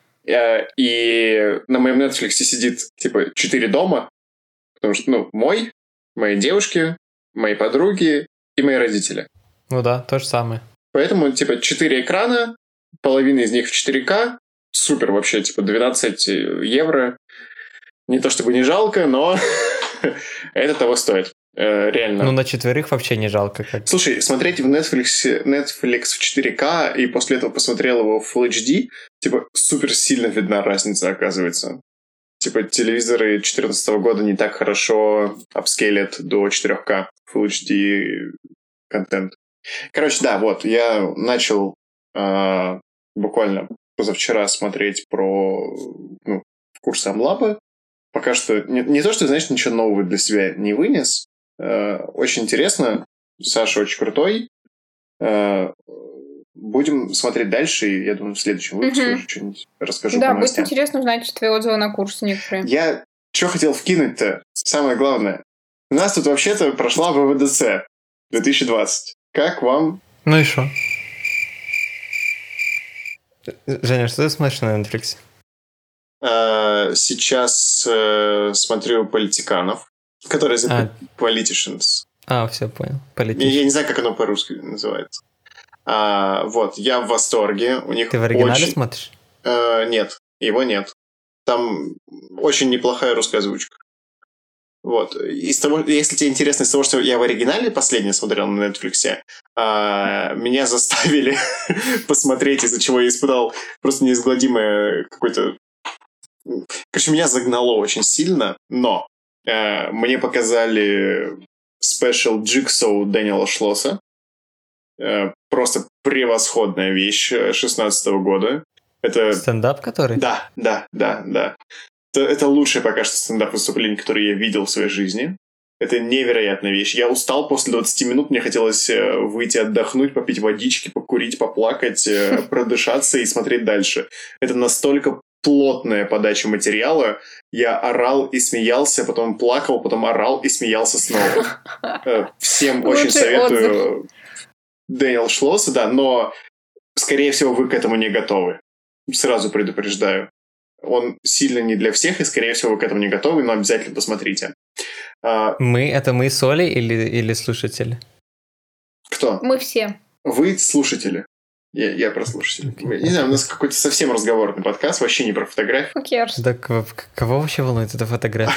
И на моем Netflix сидит, типа, четыре дома. Потому что, ну, мой, мои девушки, мои подруги и мои родители. Ну да, то же самое. Поэтому, типа, четыре экрана, половина из них в четыре ка. Супер вообще, типа, двенадцать евро. Не то чтобы не жалко, но это того стоит. Реально. Ну, на четверых вообще не жалко. Как. Слушай, смотреть в Netflix, Netflix в четыре ка и после этого посмотрел его в Full эйч ди, типа, супер сильно видна разница, оказывается. Типа, телевизоры две тысячи четырнадцатого года не так хорошо апскейлят до четыре ка Full эйч ди контент. Короче, да, вот, я начал э, буквально позавчера смотреть про ну, курс Амлаба. Пока что не, не то, что, знаешь, ничего нового для себя не вынес. Э, очень интересно. Саша очень крутой. Э, будем смотреть дальше, и я думаю, в следующем выпуске Мгм. уже что-нибудь расскажу Да, по будет новостям. интересно узнать твои отзывы на курсы некоторые. Я что хотел вкинуть-то? Самое главное. У нас тут вообще-то прошла вэ вэ дэ цэ две тысячи двадцать. Как вам? Ну и что? Женя, что ты смотришь на Netflix? Э, Сейчас э, смотрю «Политиканов», которые за А. Politicians. А, все, понял. Я, Полетишь. я не знаю, как оно по-русски называется. А, вот, я в восторге. У них Ты в оригинале очень... смотришь? Э, нет, его нет. Там очень неплохая русская озвучка. Вот. Из того, если тебе интересно, из того, что я в оригинале последнее смотрел на Netflix, а, меня заставили посмотреть, из-за чего я испытал просто неизгладимое какое-то... Короче, меня загнало очень сильно, но э, мне показали спешл Jigsaw Дэниела Шлосса. Э, просто превосходная вещь шестнадцатого года. Это... Стендап который? Да, да, да, да. Это, это лучшее пока что стендап-выступление, которое я видел в своей жизни. Это невероятная вещь. Я устал после двадцати минут, мне хотелось э, выйти отдохнуть, попить водички, покурить, поплакать, э, продышаться и смотреть дальше. Это настолько плотная подача материала. Я орал и смеялся, потом плакал, потом орал и смеялся снова. Э, Всем очень Лучший советую Дэниел Шлосса, да, но, скорее всего, вы к этому не готовы. Сразу предупреждаю. Он сильно не для всех, и, скорее всего, вы к этому не готовы, но обязательно посмотрите. А, Мы, это мы с Олей или, или слушатели? кто? Мы все. Вы слушатели. Я, я про слушателей. Окей. Не знаю, у нас какой-то совсем разговорный подкаст, вообще не про фотографии. Who cares? Да к- кого вообще волнует эта фотография?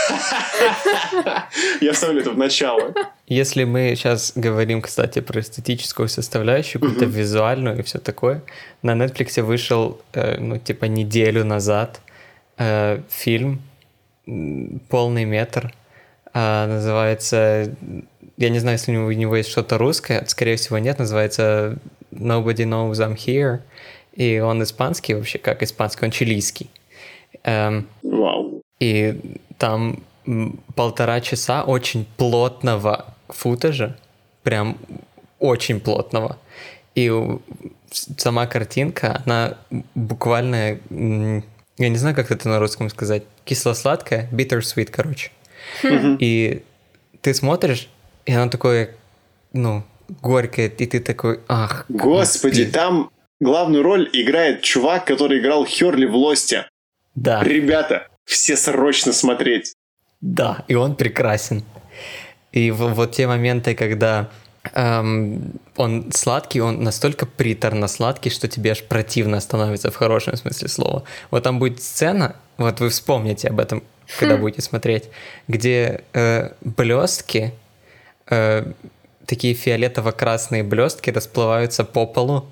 Я вставлю это в начало. Если мы сейчас говорим, кстати, про эстетическую составляющую, какую-то Мгм. визуальную и все такое, на Netflix вышел, э, ну, типа, неделю назад э, фильм м, «Полный метр». А, называется, я не знаю, если у него есть что-то русское, скорее всего нет, называется «Nobody knows I'm here». И он испанский вообще, как испанский, он чилийский. Эм, Вау. И там м, полтора часа очень плотного футажа, прям очень плотного. И у- с- сама картинка, она буквально, м, я не знаю, как это на русском сказать, кисло-сладкая, bittersweet, короче. И ты смотришь, и она такое, ну, горькое, и ты такой, ах. Господи, пиздец». там главную роль играет чувак, который играл Хёрли в «Лосте». Да, Ребята, все срочно смотреть. да, и он прекрасен. И в- вот те моменты, когда эм, он сладкий, он настолько приторно сладкий, что тебе аж противно становится в хорошем смысле слова. Вот там будет сцена, вот вы вспомните об этом, когда будете смотреть, где э, блестки, э, такие фиолетово-красные блестки расплываются по полу,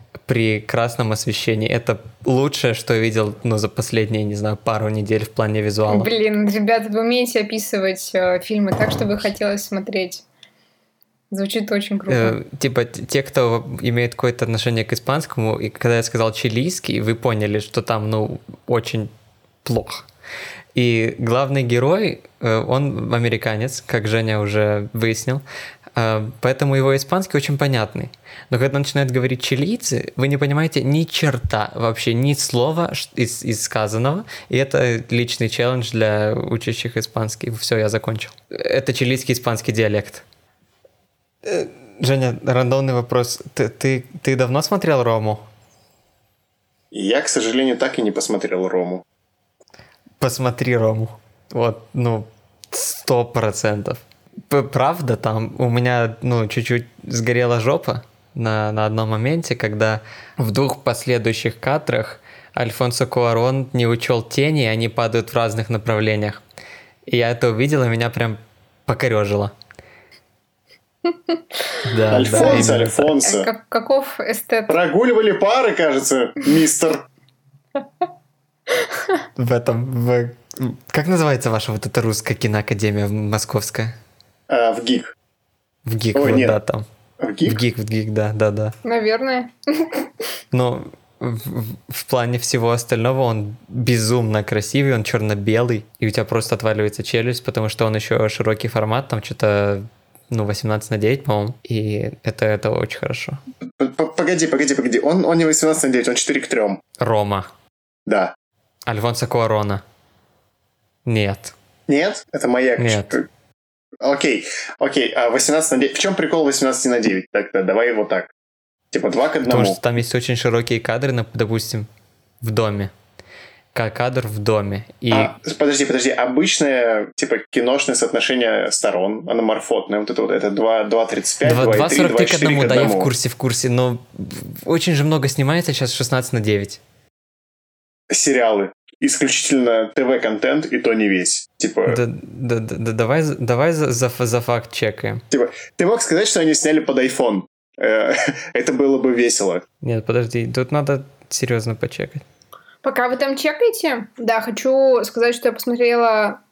при красном освещении. Это лучшее, что я видел, ну, за последние, не знаю, пару недель в плане визуала. Блин, ребята, вы умеете описывать э, фильмы так, чтобы хотелось смотреть. Звучит очень круто. Э, типа, те, кто имеет какое-то отношение к испанскому, и когда я сказал чилийский, вы поняли, что там, ну, очень плохо. И главный герой, э, он американец, как Женя уже выяснил, э, поэтому его испанский очень понятный. Но когда начинают говорить чилийцы, вы не понимаете ни черта, вообще ни слова из, из сказанного, и это личный челлендж для учащих испанский. Все, я закончил. Это чилийский испанский диалект. Женя, рандомный вопрос. Ты, ты, ты давно смотрел «Рому»? Я, к сожалению, так и не посмотрел «Рому». Посмотри «Рому». Вот, ну, сто процентов. Правда, там у меня, ну, чуть-чуть сгорела жопа на, на одном моменте, когда в двух последующих кадрах Альфонсо Куарон не учел тени, и они падают в разных направлениях. И я это увидел, и меня прям покорежило. Да, Альфонсо, да, Альфонсо. Как, каков эстет? Прогуливали пары, кажется, мистер. В этом... В... Как называется ваша вот эта русская киноакадемия московская? А, в ГИК. В ГИК, Ой, вот, нет. да, там. В ГИК? В ГИК, в ГИК, да, да, да. Наверное. Но в, в- в плане всего остального он безумно красивый, он черно-белый, и у тебя просто отваливается челюсть, потому что он еще широкий формат, там что-то, ну, восемнадцать на девять, по-моему, и это, это очень хорошо. П- п- Погоди, погоди, погоди. Он, он не восемнадцать на девять, он четыре к трем. Рома. Да. Альфонсо Куарона. Нет. Нет? Это моя... Нет. Окей, окей. А восемнадцать на девять... В чем прикол восемнадцать на девять? Так-то давай его так. Типа два к Потому одному. что там есть очень широкие кадры, нап- допустим, в доме. Ка- Кадр в доме. И А, подожди, подожди. Обычное, типа, киношное соотношение сторон, аноморфотное, вот это вот, это два, два тридцать пять, два два три, сорок два три к четыре одному, к да, я в одному. курсе, в курсе, но очень же много снимается сейчас шестнадцать на девять. Сериалы. Исключительно ТВ-контент, и то не весь. Типа, Да, да, да, да, давай, за- давай за, за, за факт чекаем. типа, ты мог сказать, что они сняли под iPhone. Э, Это было бы весело. Нет, подожди, тут надо серьезно почекать. Пока вы там чекаете, да, хочу сказать, что я посмотрела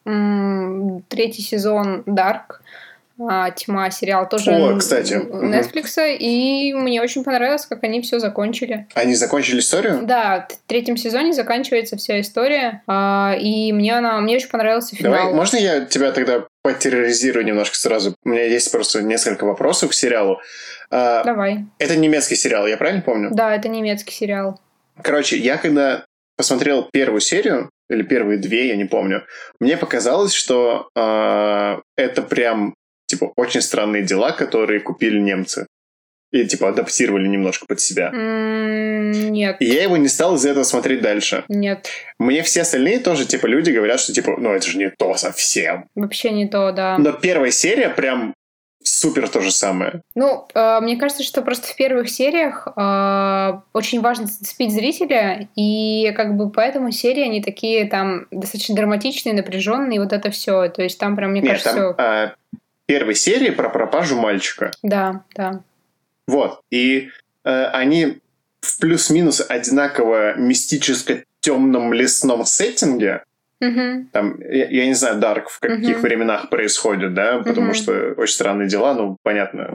м, третий сезон Dark, а, «Тьма», сериал тоже О, кстати. Netflix, и мне очень понравилось, как они все закончили. Они закончили историю? Да, в третьем сезоне заканчивается вся история, а, и мне она, мне очень понравился финал. Давай, можно я тебя тогда потерроризирую немножко сразу? У меня есть просто несколько вопросов к сериалу. А, Давай. Это немецкий сериал, я правильно помню? Да, это немецкий сериал. Короче, я когда посмотрел первую серию, или первые две, я не помню, мне показалось, что а, это прям, типа, очень странные дела, которые купили немцы. И, типа, адаптировали немножко под себя. М, Нет. И я его не стал из-за этого смотреть дальше. Нет, Мне все остальные тоже, типа, люди говорят, что, типа, ну, это же не то совсем. вообще не то, да. Но первая серия прям супер то же самое. Ну, э, мне кажется, что просто в первых сериях э, очень важно зацепить зрителя, и как бы поэтому серии, они такие там достаточно драматичные, напряженные, и вот это все. То есть там прям, мне Нет, кажется, там а, первой серии про пропажу мальчика. да, да. Вот. И э, они в плюс-минус одинаково мистическо-темном лесном сеттинге. Мгм. Там, я, я не знаю, Дарк в каких Мгм. временах происходит, да, потому Мгм. что очень странные дела, ну, понятно,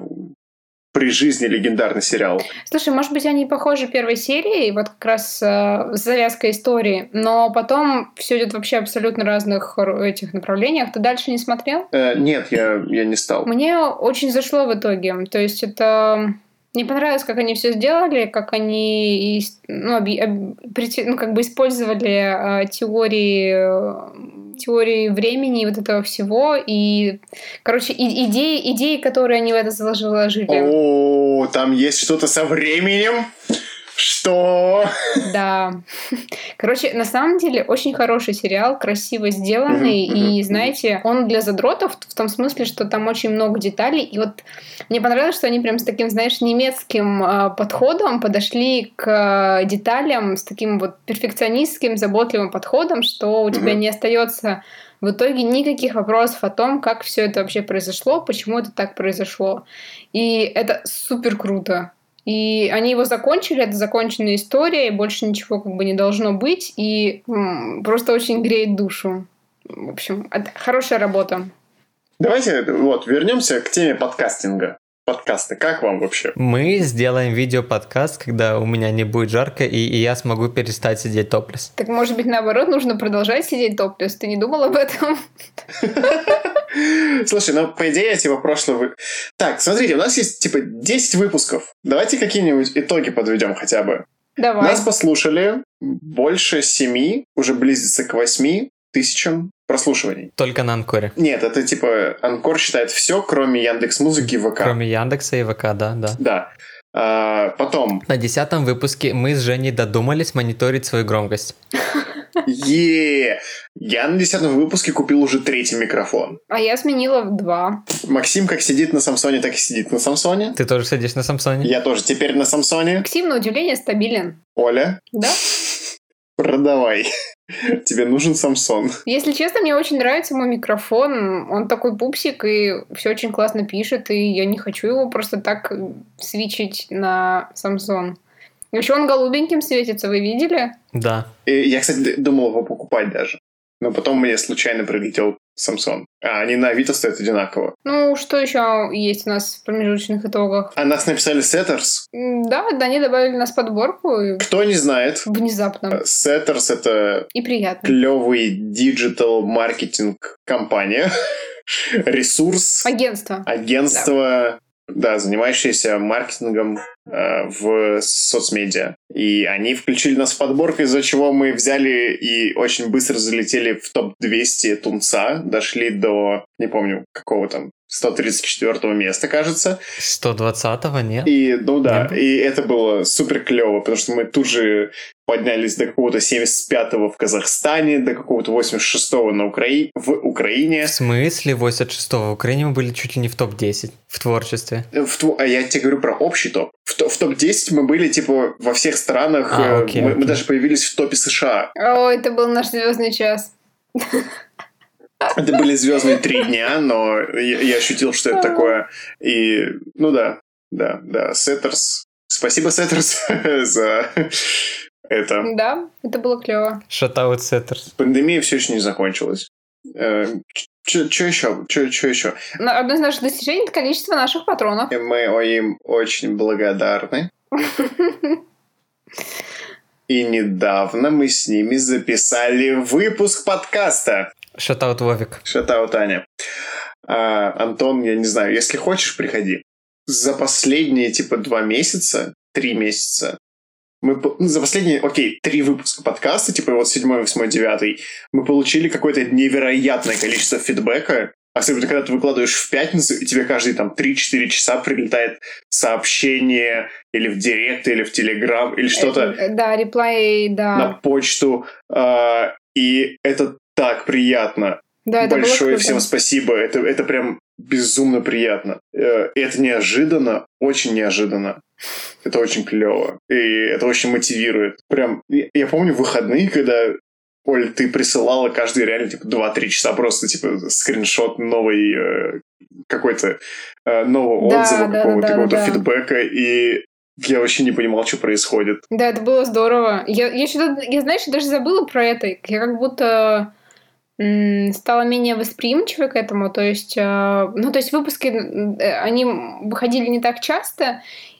при жизни легендарный сериал. Слушай, может быть, они похожи первой серии, вот как раз э, с завязкой истории, но потом все идет вообще абсолютно разных р- этих направлениях. Ты дальше не смотрел? Э, нет, я, я не стал. Мне очень зашло в итоге. То есть это... Мне понравилось, как они все сделали, как они ис- ну, оби- об- прити- ну, как бы использовали э, теории, э, теории времени и вот этого всего. И, короче, и- идеи, идеи, которые они в это заложили. О, там есть что-то со временем. Что? Да. Короче, на самом деле, очень хороший сериал, красиво сделанный. Мгм, мгм, И, мгм. знаете, он для задротов в том смысле, что там очень много деталей. И вот мне понравилось, что они прям с таким, знаешь, немецким э, подходом подошли к э, деталям, с таким вот перфекционистским, заботливым подходом, что у тебя Мгм. не остается в итоге никаких вопросов о том, как все это вообще произошло, почему это так произошло. И это супер круто. И они его закончили, это законченная история, и больше ничего как бы не должно быть, и м, просто очень греет душу. В общем, это хорошая работа. Давайте вот вернемся к теме подкастинга. Подкасты, как вам вообще? Мы сделаем видео-подкаст, когда у меня не будет жарко, и, и я смогу перестать сидеть топлес. Так, может быть, наоборот, нужно продолжать сидеть топлес? Ты не думал об этом? Слушай, ну, по идее, типа, прошлый... Вы... Так, смотрите, у нас есть, типа, десять выпусков. Давайте какие-нибудь итоги подведем хотя бы. Давай. Нас послушали больше семи, уже близится к восьми тысячам прослушиваний. Только на Анкоре. Нет, это, типа, Анкор считает все, кроме Яндекс.Музыки и ВК. Кроме Яндекса и ВК, да, да. Да. А, потом... На десятом выпуске мы с Женей додумались мониторить свою громкость. Е, я на десятом выпуске купил уже третий микрофон. А я сменила в два. Максим как сидит на Самсоне, так и сидит на Самсоне. Ты тоже сидишь на Самсоне? Я тоже теперь на Самсоне. Максим, на удивление, стабилен. Оля, Да? продавай. Тебе нужен Самсон. Если честно, мне очень нравится мой микрофон. Он такой пупсик и все очень классно пишет, и я не хочу его просто так свичить на Samsung. Еще он голубеньким светится, вы видели? Да. И я, кстати, думал его покупать даже. Но потом мне случайно прилетел Samsung. А они на Авито стоят одинаково. Ну, что еще есть у нас в промежуточных итогах? А нас написали Setters. М, Да, да, они добавили нас в подборку и Кто не знает, внезапно. Setters — это И приятно. клевый диджитал-маркетинг компания, ресурс, Агентство. агентство, да, занимающееся маркетингом э, в соцмедиа. И они включили нас в подборку, из-за чего мы взяли и очень быстро залетели в топ двести Тунца, дошли до, не помню, какого там, сто тридцать четвёртого места, кажется. сто двадцатого, нет? И, ну да, Нет. и это было супер клево, потому что мы тут же поднялись до какого-то семьдесят пятого в Казахстане, до какого-то восемьдесят шестого на Укра... в Украине. В смысле восемьдесят шестого? В Украине мы были чуть ли не в топ десять в творчестве. В тв- А я тебе говорю про общий топ. В, то- в топ десять мы были, типа, во всех странах. А, э, окей, мы, мы окей. даже появились в топе США. О, это был наш звездный час. Это были звездные три дня, но я, я ощутил, что это такое. И, ну да, да, да, Setters. Спасибо, Setters, за это. Да, это было клево. Shoutout Setters. Пандемия все еще не закончилась. Что еще? Что еще? Но одно из наших достижений — это количество наших патронов. И мы им очень благодарны. И недавно мы с ними записали выпуск подкаста. Shoutout Вовик. Шатаут, Аня. А, Антон, я не знаю, если хочешь, приходи. За последние, типа, два месяца, три месяца, мы, по- ну, за последние, окей, три выпуска подкаста, типа, вот седьмой, восьмой, девятый, мы получили какое-то невероятное количество фидбэка. Особенно, когда ты выкладываешь в пятницу, и тебе каждые там три-четыре часа прилетает сообщение или в директ, или в телеграм, или что-то Э, Да, реплей, на да. почту. а, И это так приятно. Да, это было Большое круто. всем спасибо. Это, это прям безумно приятно. Э, Это неожиданно, очень неожиданно. Это очень клево. И это очень мотивирует. Прям, я я помню выходные, когда, Оль, ты присылала каждые реально типа два-три часа просто типа скриншот новой э, какой-то э, нового Да, отзыва, да, какого-то, да, да, какого-то да. фидбэка. И я вообще не понимал, что происходит. Да, это было здорово. Я, я, что-то- я, знаешь, я даже забыла про это. Я как будто м, стала менее восприимчивой к этому. То есть, э, ну, то есть выпуски, э, они выходили не так часто.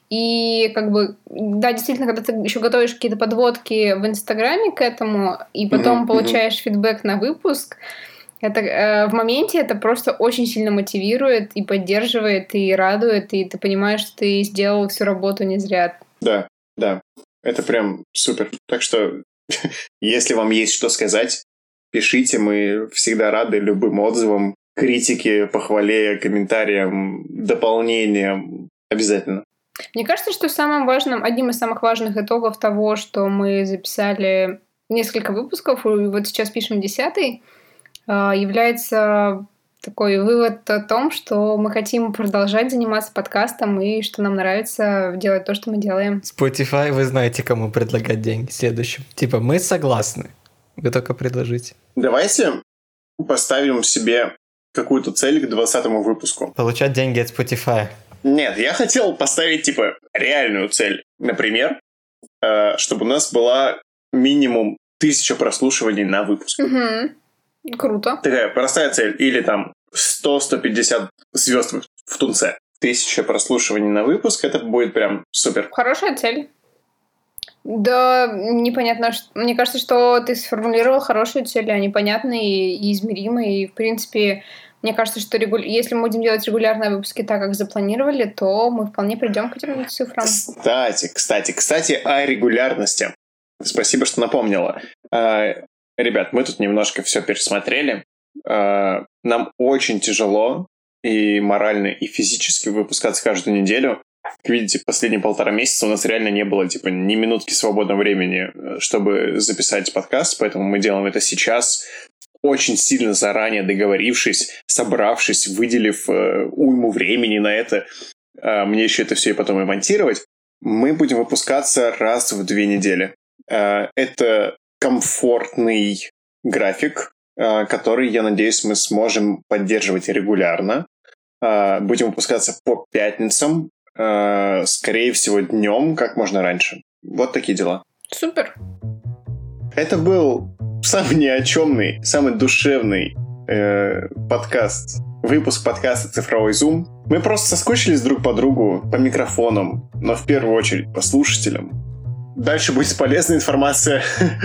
И как бы, да, действительно, когда ты еще готовишь какие-то подводки в Инстаграме к этому, и потом Мгм, получаешь фидбэк на выпуск, это э, в моменте это просто очень сильно мотивирует и поддерживает, и радует, и ты понимаешь, что ты сделал всю работу не зря. Да, да. Это прям супер. Так что, если вам есть что сказать, пишите. Мы всегда рады любым отзывам, критике, похвале, комментариям, дополнениям. Обязательно. Мне кажется, что самым важным, одним из самых важных итогов того, что мы записали несколько выпусков, и вот сейчас пишем десятый, а, является такой вывод о том, что мы хотим продолжать заниматься подкастом и что нам нравится делать то, что мы делаем. Spotify, вы знаете, кому предлагать деньги следующим. Типа, мы согласны. Вы только предложите. Давайте поставим себе какую-то цель к двадцатому выпуску. Получать деньги от Spotify. Нет, я хотел поставить, типа, реальную цель. Например, э, чтобы у нас была минимум тысяча прослушиваний на выпуск. Угу. Круто. Такая простая цель. Или там сто - сто пятьдесят звезд в Тунце. Тысяча прослушиваний на выпуск, это будет прям супер. Хорошая цель. Да, непонятно. Мне кажется, что ты сформулировал хорошую цель, они понятные и измеримые. И, в принципе, мне кажется, что регу... если мы будем делать регулярные выпуски так, как запланировали, то мы вполне придем к этим цифрам. Кстати, кстати, кстати, о регулярности. Спасибо, что напомнила. Ребят, мы тут немножко все пересмотрели. Нам очень тяжело и морально, и физически выпускаться каждую неделю. Как видите, последние полтора месяца у нас реально не было типа ни минутки свободного времени, чтобы записать подкаст, поэтому мы делаем это сейчас, очень сильно заранее договорившись, собравшись, выделив э, уйму времени на это. Э, мне еще это все и потом и монтировать. Мы будем выпускаться раз в две недели. Э, это комфортный график, э, который, я надеюсь, мы сможем поддерживать регулярно. Э, будем выпускаться по пятницам, э, скорее всего, днем, как можно раньше. Вот такие дела. Супер. Это был самый ни о чемный, самый душевный э, подкаст, выпуск подкаста «Цифровой зум». Мы просто соскучились друг по другу, по микрофонам, но в первую очередь по слушателям. Дальше будет полезная информация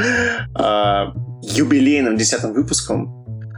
о юбилейном десятом выпуском.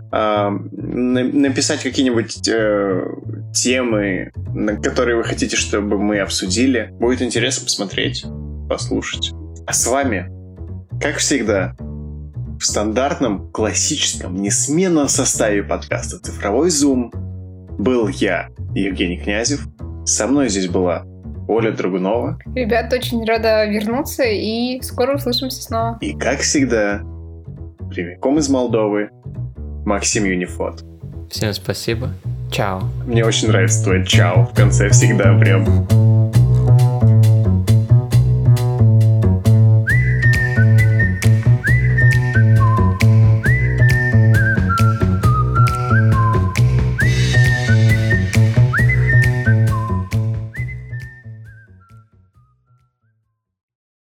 Написать какие-нибудь э, темы, на которые вы хотите, чтобы мы обсудили. Будет интересно посмотреть, послушать. А с вами, как всегда, в стандартном, классическом, несменном составе подкаста «Цифровой зум» был я, Евгений Князев. Со мной здесь была Оля Драгунова. Ребят, очень рада вернуться и скоро услышимся снова. И, как всегда, прямиком из Молдовы, Максим Юнифот. Всем спасибо. Чао. Мне очень нравится твой «чао» в конце всегда прям.